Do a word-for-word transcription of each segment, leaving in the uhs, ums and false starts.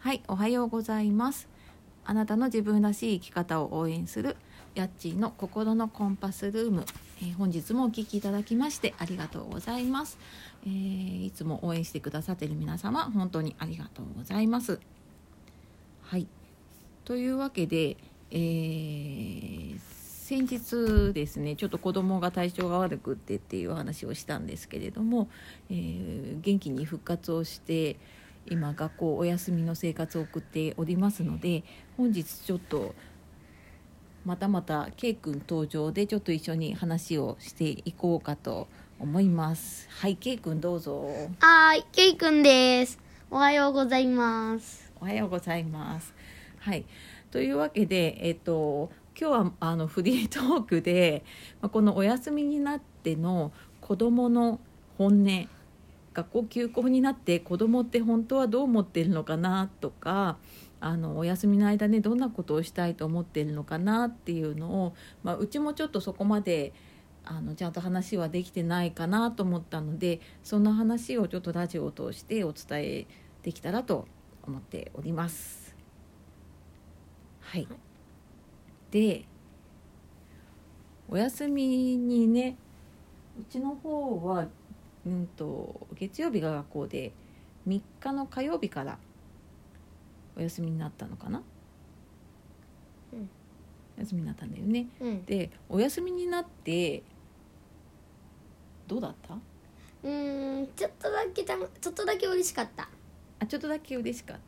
はい、おはようございます。あなたの自分らしい生き方を応援するやっちーの心のコンパスルーム、えー、本日もお聞きいただきましてありがとうございます、えー、いつも応援してくださっている皆様本当にありがとうございます。はい、というわけで、えー、先日ですねちょっと子供が体調が悪くってっていう話をしたんですけれども、えー、元気に復活をして今学校お休みの生活を送っておりますので、本日ちょっとまたまた K 君登場でちょっと一緒に話をしていこうかと思います。はい、 K 君どうぞ。 はーい、ケイくんです。おはようございます。 おはようございます。はい、というわけで、えっと、今日はあのフリートークでこのお休みになっての子どもの本音、学校休校になって子どもって本当はどう思っているのかなとか、あのお休みの間ねどんなことをしたいと思っているのかなっていうのを、まあ、うちもちょっとそこまであのちゃんと話はできてないかなと思ったので、そんな話をちょっとラジオを通してお伝えできたらと思っております。はい、でお休みにね、うちの方はうんと月曜日が学校でみっかの火曜日からお休みになったのかな、 うん、 お休みになったんだよね、 うん、 でお休みになってどうだった？ うーん、ちょっとだけたちょっとだけ嬉しかった。 あ、ちょっとだけ嬉しかった？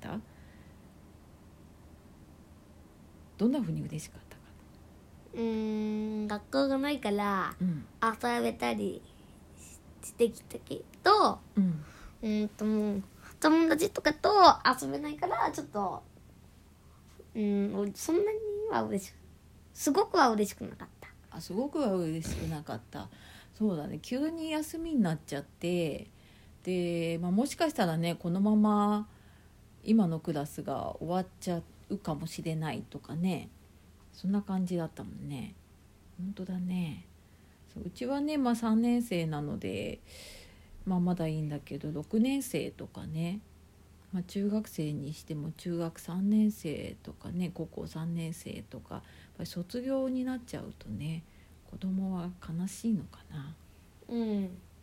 どんな風に嬉しかったかうーん、学校がないから、 な？うん遊べたりしてきたけど、 うんうーんともう友達とかと遊べないからちょっとうーんそんなには嬉しくすごくは嬉しくなかった。 あ、すごくは嬉しくなかった。そうだね、急に休みになっちゃってで、まあ、もしかしたらねこのまま今のクラスが終わっちゃうかもしれないとかね、そんな感じだったもんね。本当だね。そう、うちはね、まあ、さんねん生なので、まあ、まだいいんだけどろくねん生とかね、まあ、中学生にしても中学さんねん生とかね高校さんねん生とかやっぱり卒業になっちゃうとね子供は悲しいのかな。 うん、 うん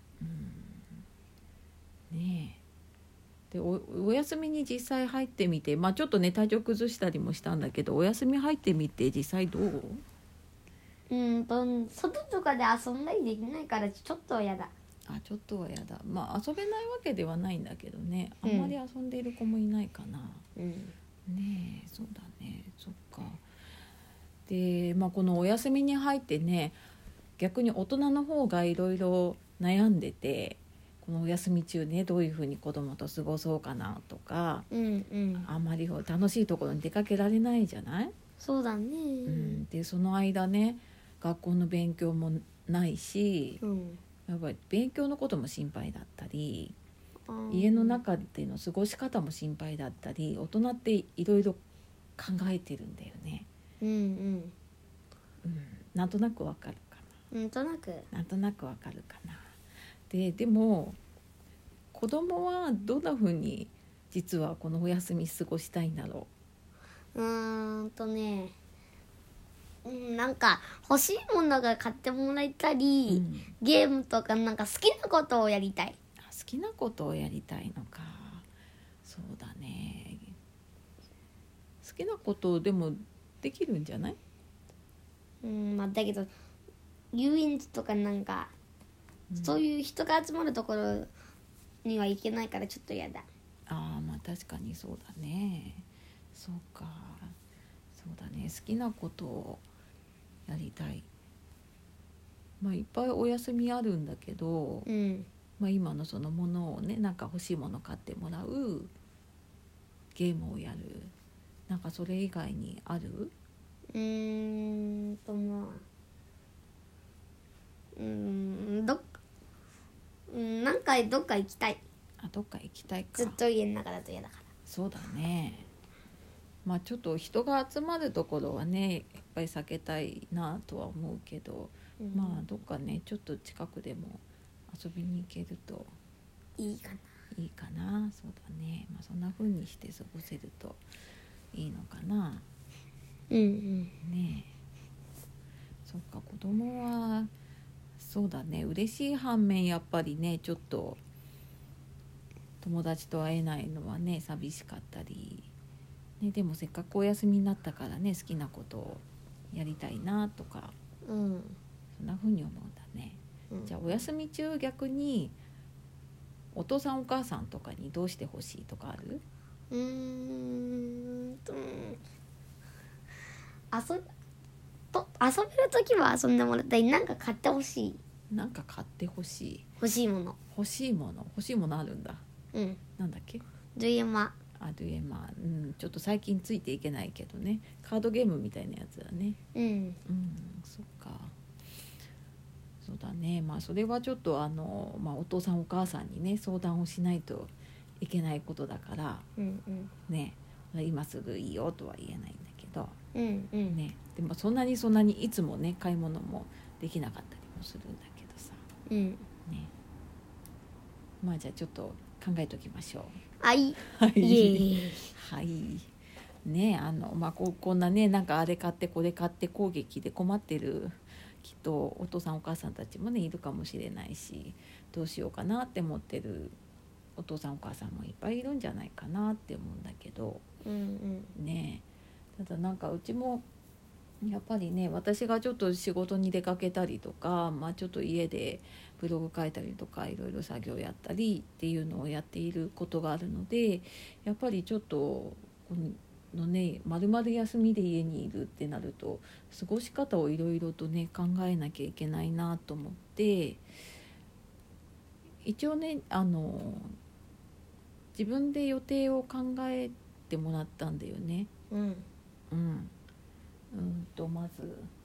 ねえ。で お, お休みに実際入ってみて、まあ、ちょっとね体調崩したりもしたんだけど、お休み入ってみて実際どう？ うんと外とかで遊んだりできないからちょっとは嫌だ。 あ、ちょっとはやだ。まあ遊べないわけではないんだけどね、あんまり遊んでいる子もいないかな、 うん、 ねえ。そうだね、そっか。で、まあ、このお休みに入ってね逆に大人の方がいろいろ悩んでて、このお休み中ねどういうふうに子供と過ごそうかなとか、 うんうん、 あんまり楽しいところに出かけられないじゃない、 そうだね、 うん、でその間ね学校の勉強もないし、 うん、 やっぱり勉強のことも心配だったり、 あ家の中での過ごし方も心配だったり、大人っていろいろ考えてるんだよね、 うんうん、 うん、なんとなくわかるかな。 なんとなくなんとなくわかるかな。で、でも子供はどんな風に実はこのお休み過ごしたいんだろうーんとね、うん、なんか欲しいものが買ってもらえたり、 う、うん、 ゲームとかなんか好きなことをやりたい。 あ、好きなことをやりたいのか。そうだね、好きなことでもできるんじゃない？ うん、まあだけど遊園地とかなんか、 うん、 そういう人が集まるところには行けないからちょっと嫌だ。 ああ、まあ確かにそうだね。そうか、そうだね、好きなことをやりたい。まあいっぱいお休みあるんだけど、 うん、 まあ、今のそのものをね、なんか欲しいもの買ってもらう、ゲームをやる、なんかそれ以外にある？ うーんとまあうーんどっかうんなんかどっか行きたい。 あ、どっか行きたいか。 ずっと家の中だと嫌だから。 そうだね。まあちょっと人が集まるところはねやっぱり避けたいなとは思うけど、 うん、 まあどっかねちょっと近くでも遊びに行けるといいかな。 いいかな。そうだね、まあ、そんな風にして過ごせるといいのかな。 うんうんねえ、そっか、子供はそうだね、嬉しい反面やっぱりね、ちょっと友達と会えないのはね寂しかったり、ね、でもせっかくお休みになったからね、好きなことをやりたいなとか、 うんそんな風に思うんだね。 うん。 じゃあお休み中、逆にお父さんお母さんとかにどうしてほしいとかある？ うーんと遊びと遊べるときは遊んでもらったり、なんか買ってほしい。 なんか買ってほしい。 欲しいもの。 欲しいもの欲しいものあるんだ。 うん。 なんだっけ？ ドゥイエマ。 あ、ドゥエマ、うん、ちょっと最近ついていけないけどね、カードゲームみたいなやつだね。 うん。 うん、そっか。そうだね、まあそれはちょっとあの、まあ、お父さんお母さんにね相談をしないといけないことだからうんうんね、今すぐいいよとは言えないんだけどうんうんね、でもそんなにそんなにいつもね買い物もできなかったりもするんだけどさうん。 ね。まあじゃあちょっと考えときましょう。 あい。 はいイエーイ。 はいね、あのまあここんなね、なんかあれ買ってこれ買って攻撃で困ってるきっとお父さんお母さんたちもねいるかもしれないし、どうしようかなって思ってるお父さんお母さんもいっぱいいるんじゃないかなって思うんだけどうんね。ただなんかうちもやっぱりね、私がちょっと仕事に出かけたりとか、まあ、ちょっと家でブログ書いたりとかいろいろ作業やったりっていうのをやっていることがあるので、やっぱりちょっとこのね丸々休みで家にいるってなると過ごし方をいろいろとね考えなきゃいけないなと思って、一応ねあの自分で予定を考えてもらったんだよね。 うんうんうんとまず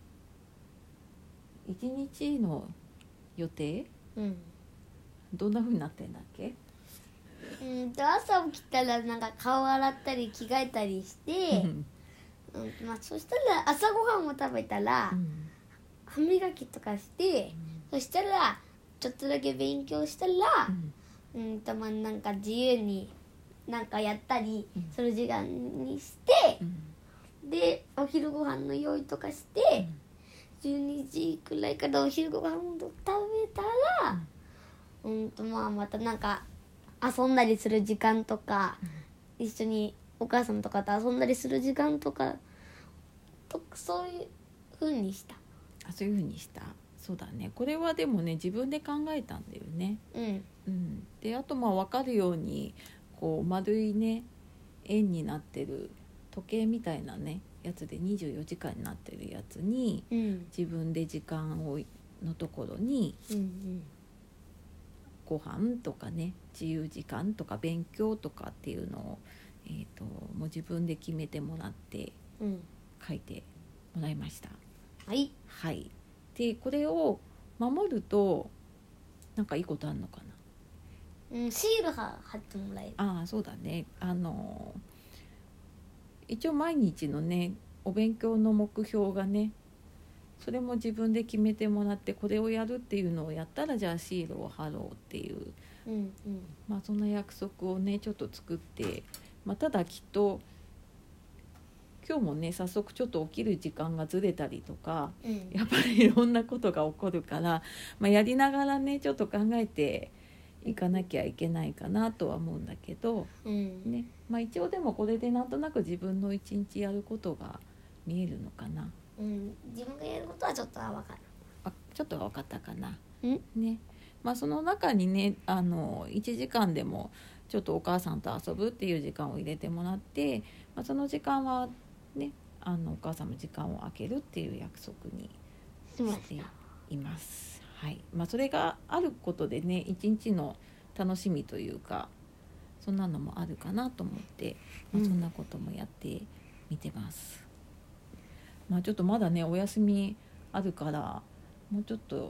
いちにちの予定うんどんな風になってんだっけ？ うんと朝起きたらなんか顔洗ったり着替えたりしてうんうんまあ、そしたら朝ごはんを食べたら、 うん歯磨きとかして、そしたらちょっとだけ勉強したら、 うんうんとまあなんか自由になんかやったりうんする時間にして、 うんでお昼ご飯の用意とかして、じゅうにじくらいからお昼ご飯を食べたら、うんとまあまたなんか遊んだりする時間とか、一緒にお母さんとかと遊んだりする時間とかとそういう風にした。 あ、そういう風にした。そうだね、これはでもね自分で考えたんだよね。 うんうん、であとまあ分かるようにこう丸いね円になってる時計みたいなねやつでにじゅうよじかんになってるやつにうん自分で時間をのところにうんご飯とかね自由時間とか勉強とかっていうのを、えーと、もう自分で決めてもらってうん書いてもらいました。 はいはい。でこれを守るとなんかいいことあるのかな。 うん、シールは貼ってもらえる。 ああそうだね、あの一応毎日のねお勉強の目標がねそれも自分で決めてもらって、これをやるっていうのをやったらじゃあシールを貼ろうっていう、 うんうんまあ、そんな約束をねちょっと作って、まあ、ただきっと今日もね早速ちょっと起きる時間がずれたりとかうんやっぱりいろんなことが起こるから、まあ、やりながらねちょっと考えていかなきゃいけないかなとは思うんだけど、 うんね、まあ、一応でもこれでなんとなく自分の一日やることが見えるのかな。 うん、自分がやることはちょっとは分かる。 あ、ちょっと分かったかな。 うんね、まあ、その中にねあのいちじかんでもちょっとお母さんと遊ぶっていう時間を入れてもらって、まあ、その時間はねあのお母さんの時間を空けるっていう約束にしています。はい、まあ、それがあることでね一日の楽しみというかそんなのもあるかなと思って、まあ、そんなこともやってみてます。うん、まあ、ちょっとまだねお休みあるからもうちょっと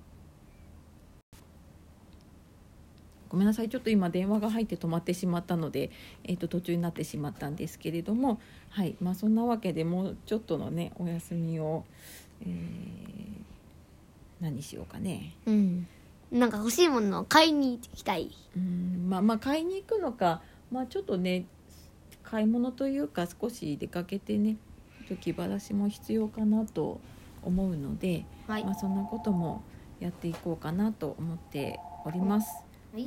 ごめんなさい、ちょっと今電話が入って止まってしまったので、えーと、途中になってしまったんですけれども、はい、まあ、そんなわけでもうちょっとのねお休みを、えー、何しようかね。 うん、 なんか欲しいものを買いに行きたい。 うんまあまあ買いに行くのか、まあちょっとね買い物というか少し出かけてねちょっと気晴らしも必要かなと思うので、 はいまあ、そんなこともやっていこうかなと思っております。 はい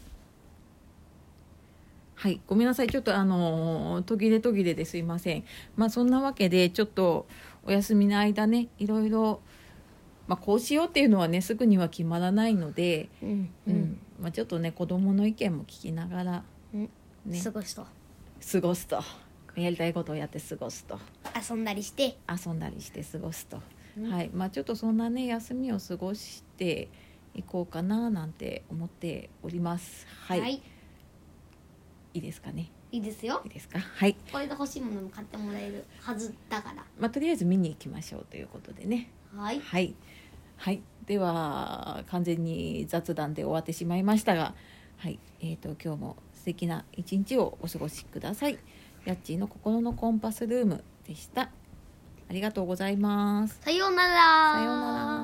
はい、ごめんなさいちょっとあのー途切れ途切れですいません。まあそんなわけでちょっとお休みの間ねいろいろ、まあ、こうしようっていうのはねすぐには決まらないので、 うんううんんまあ、ちょっとね子どもの意見も聞きながら、 うんね、 過ごすと過ごすとやりたいことをやって過ごすと遊んだりして遊んだりして過ごすと、 うんはいまあ、ちょっとそんなね休みを過ごしていこうかななんて思っております。はい、 はい、 いいですかね。 いいですよいいですか。はいこれで欲しいものも買ってもらえるはずだから。 まあ、とりあえず見に行きましょうということでね。 はいはい、はい、では完全に雑談で終わってしまいましたが、はいえー、と今日も素敵な一日をお過ごしください。やっちーの心のコンパスルームでした。ありがとうございます。 さようなら。 さようなら。